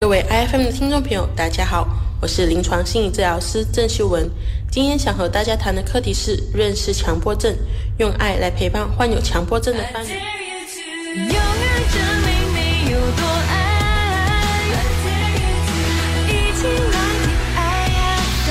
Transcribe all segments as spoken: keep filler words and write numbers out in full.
各位 I F M 的听众朋友大家好，我是临床心理治疗师郑秀文。今天想和大家谈的课题是认识强迫症，用爱来陪伴患有强迫症的伴侣。 永远证明你有多爱，一起来听爱 F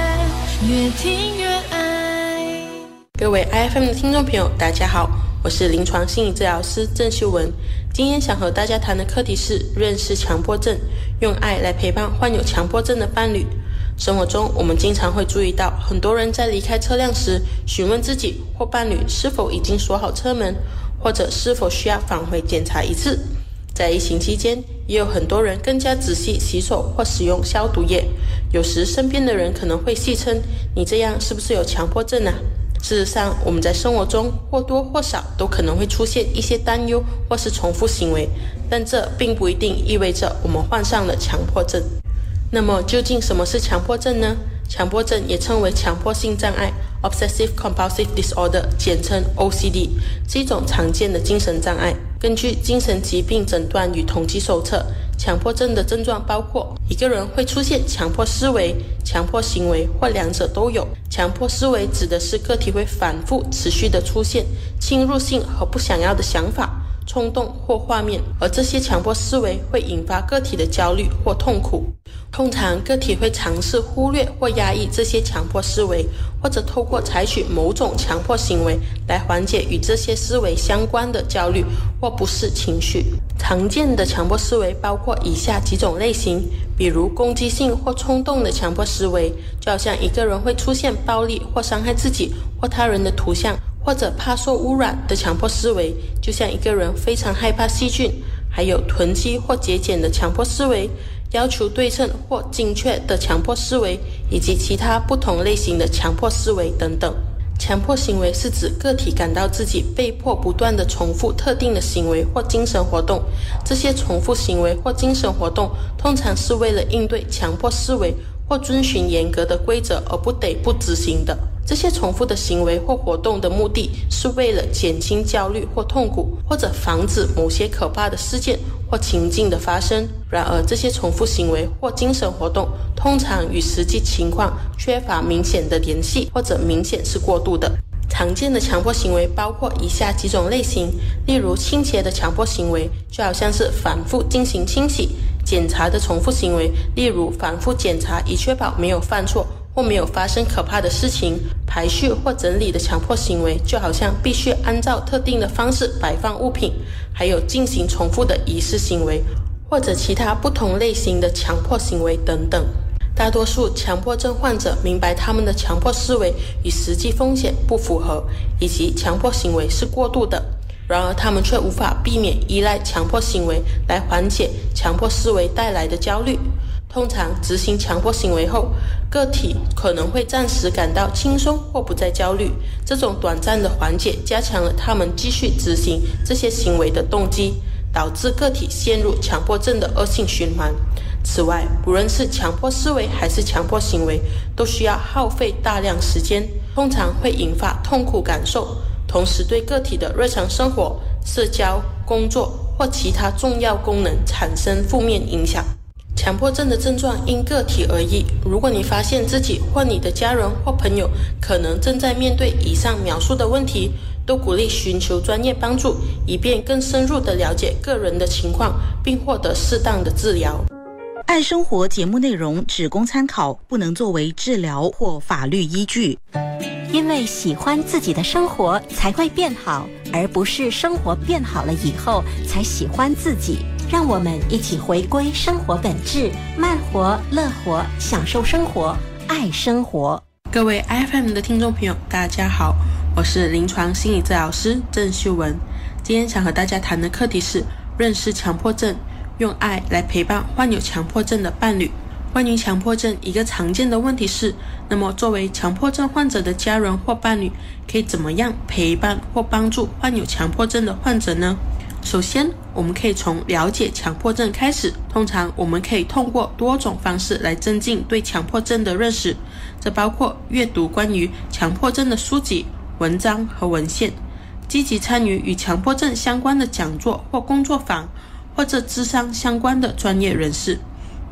M， 越听越爱。 各位 I F M 的听众朋友大家好，我是临床心理治疗师郑秀文。今天想和大家谈的课题是认识强迫症，用爱来陪伴患有强迫症的伴侣。生活中我们经常会注意到，很多人在离开车辆时询问自己或伴侣是否已经锁好车门，或者是否需要返回检查一次。在疫情期间，也有很多人更加仔细洗手或使用消毒液。有时身边的人可能会戏称，你这样是不是有强迫症啊？事实上，我们在生活中或多或少都可能会出现一些担忧或是重复行为，但这并不一定意味着我们患上了强迫症。那么究竟什么是强迫症呢？强迫症也称为强迫性障碍 Obsessive Compulsive Disorder， 简称 O C D， 是一种常见的精神障碍。根据精神疾病诊断与统计手册，强迫症的症状包括一个人会出现强迫思维、强迫行为或两者都有。强迫思维指的是个体会反复持续地出现侵入性和不想要的想法、冲动或画面，而这些强迫思维会引发个体的焦虑或痛苦。通常个体会尝试忽略或压抑这些强迫思维，或者透过采取某种强迫行为来缓解与这些思维相关的焦虑或不适情绪。常见的强迫思维包括以下几种类型，比如攻击性或冲动的强迫思维，就好像一个人会出现暴力或伤害自己或他人的图像，或者怕受污染的强迫思维，就像一个人非常害怕细菌。还有囤积或节俭的强迫思维，要求对称或精确的强迫思维，以及其他不同类型的强迫思维等等。强迫行为是指个体感到自己被迫不断地重复特定的行为或精神活动，这些重复行为或精神活动通常是为了应对强迫思维或遵循严格的规则而不得不执行的。这些重复的行为或活动的目的是为了减轻焦虑或痛苦，或者防止某些可怕的事件或情境的发生。然而，这些重复行为或精神活动通常与实际情况缺乏明显的联系，或者明显是过度的。常见的强迫行为包括以下几种类型，例如倾斜的强迫行为，就好像是反复进行清洗；检查的重复行为，例如反复检查以确保没有犯错或没有发生可怕的事情；排序或整理的强迫行为，就好像必须按照特定的方式摆放物品；还有进行重复的仪式行为，或者其他不同类型的强迫行为等等。大多数强迫症患者明白他们的强迫思维与实际风险不符合，以及强迫行为是过度的，然而他们却无法避免依赖强迫行为来缓解强迫思维带来的焦虑。通常执行强迫行为后，个体可能会暂时感到轻松或不再焦虑，这种短暂的缓解加强了他们继续执行这些行为的动机，导致个体陷入强迫症的恶性循环。此外，不论是强迫思维还是强迫行为，都需要耗费大量时间，通常会引发痛苦感受，同时对个体的日常生活、社交、工作或其他重要功能产生负面影响。强迫症的症状因个体而异，如果你发现自己或你的家人或朋友可能正在面对以上描述的问题，都鼓励寻求专业帮助，以便更深入地了解个人的情况，并获得适当的治疗。 爱生活节目内容只供参考，不能作为治疗或法律依据。 因为喜欢自己的生活才会变好，而不是生活变好了以后才喜欢自己。让我们一起回归生活本质，慢活、乐活，享受生活，爱生活。 各位 I F M 的听众朋友大家好，我是临床心理治疗师郑秀文。今天想和大家谈的课题是认识强迫症，用爱来陪伴患有强迫症的伴侣。关于强迫症，一个常见的问题是，那么作为强迫症患者的家人或伴侣，可以怎么样陪伴或帮助患有强迫症的患者呢？首先，我们可以从了解强迫症开始。通常我们可以通过多种方式来增进对强迫症的认识，这包括阅读关于强迫症的书籍、文章和文献，积极参与与强迫症相关的讲座或工作坊，或者咨商相关的专业人士。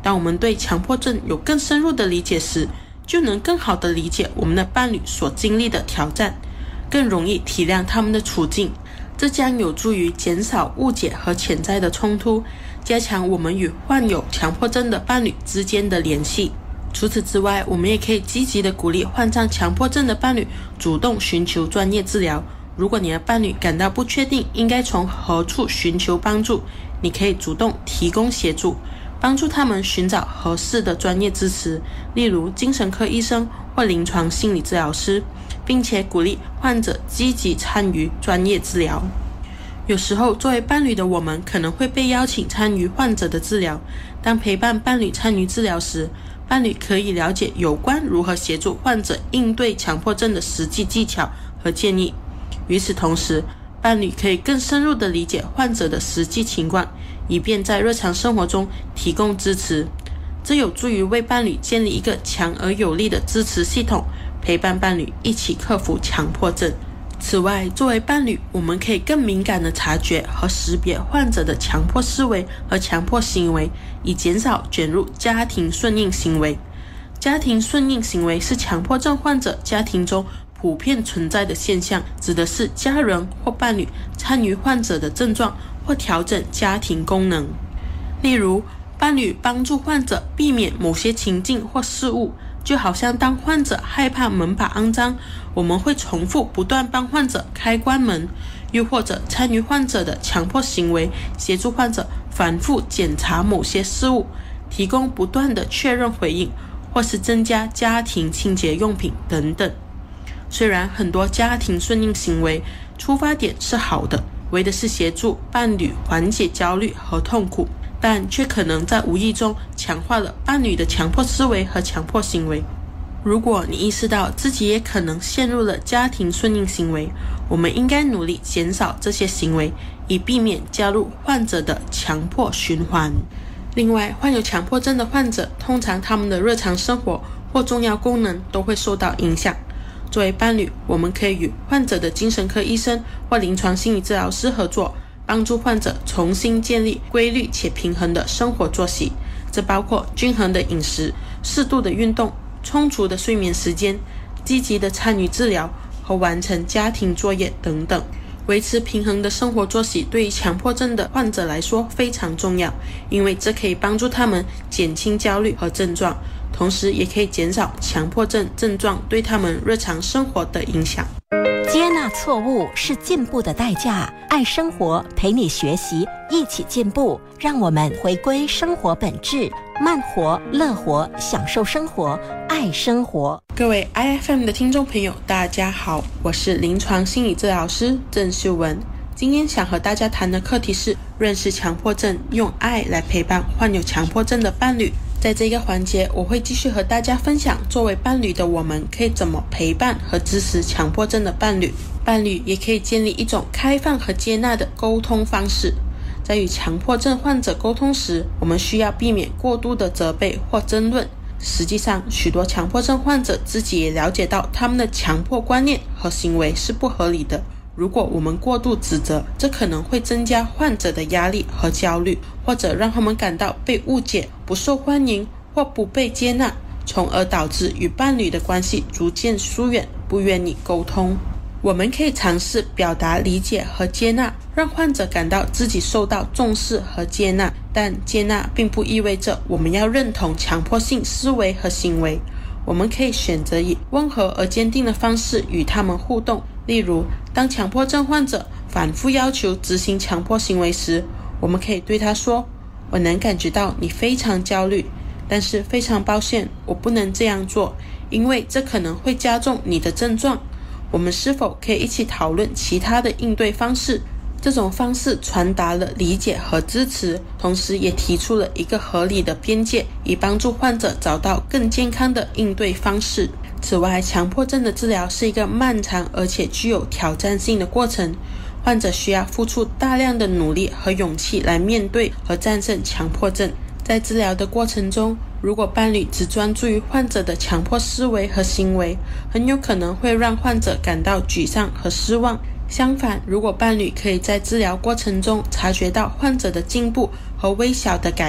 当我们对强迫症有更深入的理解时，就能更好地理解我们的伴侣所经历的挑战，更容易体谅他们的处境。这将有助于减少误解和潜在的冲突，加强我们与患有强迫症的伴侣之间的联系。除此之外，我们也可以积极地鼓励患上强迫症的伴侣主动寻求专业治疗。如果你的伴侣感到不确定应该从何处寻求帮助，你可以主动提供协助，帮助他们寻找合适的专业支持，例如精神科医生或临床心理治疗师，并且鼓励患者积极参与专业治疗。有时候，作为伴侣的我们可能会被邀请参与患者的治疗。当陪伴伴侣参与治疗时，伴侣可以了解有关如何协助患者应对强迫症的实际技巧和建议。与此同时，伴侣可以更深入地理解患者的实际情况，以便在日常生活中提供支持。这有助于为伴侣建立一个强而有力的支持系统，陪伴伴侣一起克服强迫症。此外，作为伴侣，我们可以更敏感地察觉和识别患者的强迫思维和强迫行为，以减少卷入家庭顺应行为。家庭顺应行为是强迫症患者家庭中普遍存在的现象，指的是家人或伴侣参与患者的症状或调整家庭功能。例如，伴侣帮助患者避免某些情境或事物，就好像当患者害怕门把肮脏，我们会重复不断帮患者开关门，又或者参与患者的强迫行为，协助患者反复检查某些事物，提供不断的确认回应，或是增加家庭清洁用品等等。虽然很多家庭顺应行为出发点是好的，为的是协助伴侣缓解焦虑和痛苦，但却可能在无意中强化了伴侣的强迫思维和强迫行为。如果你意识到自己也可能陷入了家庭顺应行为，我们应该努力减少这些行为，以避免加入患者的强迫循环。另外，患有强迫症的患者通常他们的日常生活或重要功能都会受到影响。作为伴侣，我们可以与患者的精神科医生或临床心理治疗师合作，帮助患者重新建立规律且平衡的生活作息。这包括均衡的饮食、适度的运动、充足的睡眠时间、积极的参与治疗和完成家庭作业等等。维持平衡的生活作息对于强迫症的患者来说非常重要，因为这可以帮助他们减轻焦虑和症状，同时也可以减少强迫症症状对他们日常生活的影响。 接纳错误是进步的代价，爱生活陪你学习，一起进步，让我们回归生活本质，慢活、乐活，享受生活，爱生活。 各位 I F M 的听众朋友，大家好，我是临床心理治疗师郑秀文。今天想和大家谈的课题是认识强迫症，用爱来陪伴患有强迫症的伴侣。在这个环节，我会继续和大家分享作为伴侣的我们可以怎么陪伴和支持强迫症的伴侣。伴侣也可以建立一种开放和接纳的沟通方式。在与强迫症患者沟通时，我们需要避免过度的责备或争论。实际上，许多强迫症患者自己也了解到他们的强迫观念和行为是不合理的。如果我们过度指责，这可能会增加患者的压力和焦虑，或者让他们感到被误解、不受欢迎或不被接纳，从而导致与伴侣的关系逐渐疏远，不愿意沟通。我们可以尝试表达理解和接纳，让患者感到自己受到重视和接纳，但接纳并不意味着我们要认同强迫性思维和行为。我们可以选择以温和而坚定的方式与他们互动。例如，当强迫症患者反复要求执行强迫行为时，我们可以对他说：我能感觉到你非常焦虑，但是非常抱歉，我不能这样做，因为这可能会加重你的症状。我们是否可以一起讨论其他的应对方式？这种方式传达了理解和支持，同时也提出了一个合理的边界，以帮助患者找到更健康的应对方式。此外，强迫症的治疗是一个漫长而且具有挑战性的过程，患者需要付出大量的努力和勇气来面对和战胜强迫症。在治疗的过程中，如果伴侣只专注于患者的强迫思维和行为，很有可能会让患者感到沮丧和失望。相反，如果伴侣可以在治疗过程中察觉到患者的进步和微小的改变，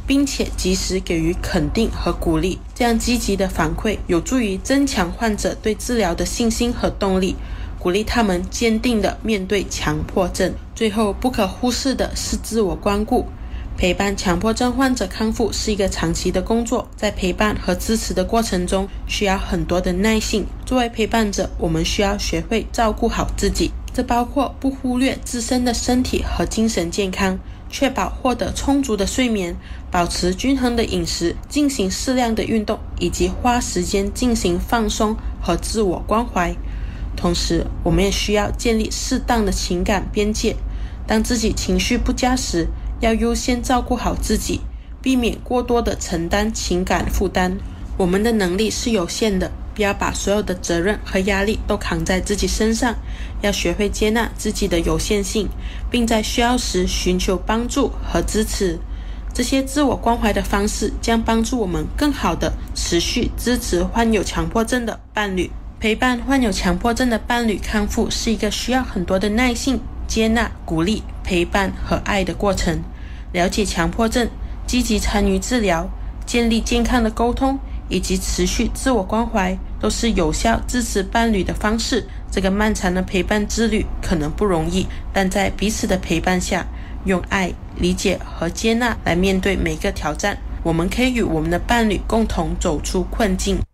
并且及时给予肯定和鼓励。这样积极的反馈有助于增强患者对治疗的信心和动力，鼓励他们坚定地面对强迫症。最后，不可忽视的是自我关顾。陪伴强迫症患者康复是一个长期的工作，在陪伴和支持的过程中需要很多的耐性。作为陪伴者，我们需要学会照顾好自己，这包括不忽略自身的身体和精神健康，确保获得充足的睡眠，保持均衡的饮食，进行适量的运动，以及花时间进行放松和自我关怀。同时，我们也需要建立适当的情感边界，当自己情绪不佳时，要优先照顾好自己，避免过多的承担情感负担。我们的能力是有限的，不要把所有的责任和压力都扛在自己身上，要学会接纳自己的有限性，并在需要时寻求帮助和支持。这些自我关怀的方式将帮助我们更好地持续支持患有强迫症的伴侣。陪伴患有强迫症的伴侣康复是一个需要很多的耐性、接纳、鼓励、陪伴和爱的过程。了解强迫症，积极参与治疗，建立健康的沟通，以及持续自我关怀，都是有效支持伴侣的方式。这个漫长的陪伴之旅可能不容易，但在彼此的陪伴下，用爱、理解和接纳来面对每个挑战，我们可以与我们的伴侣共同走出困境。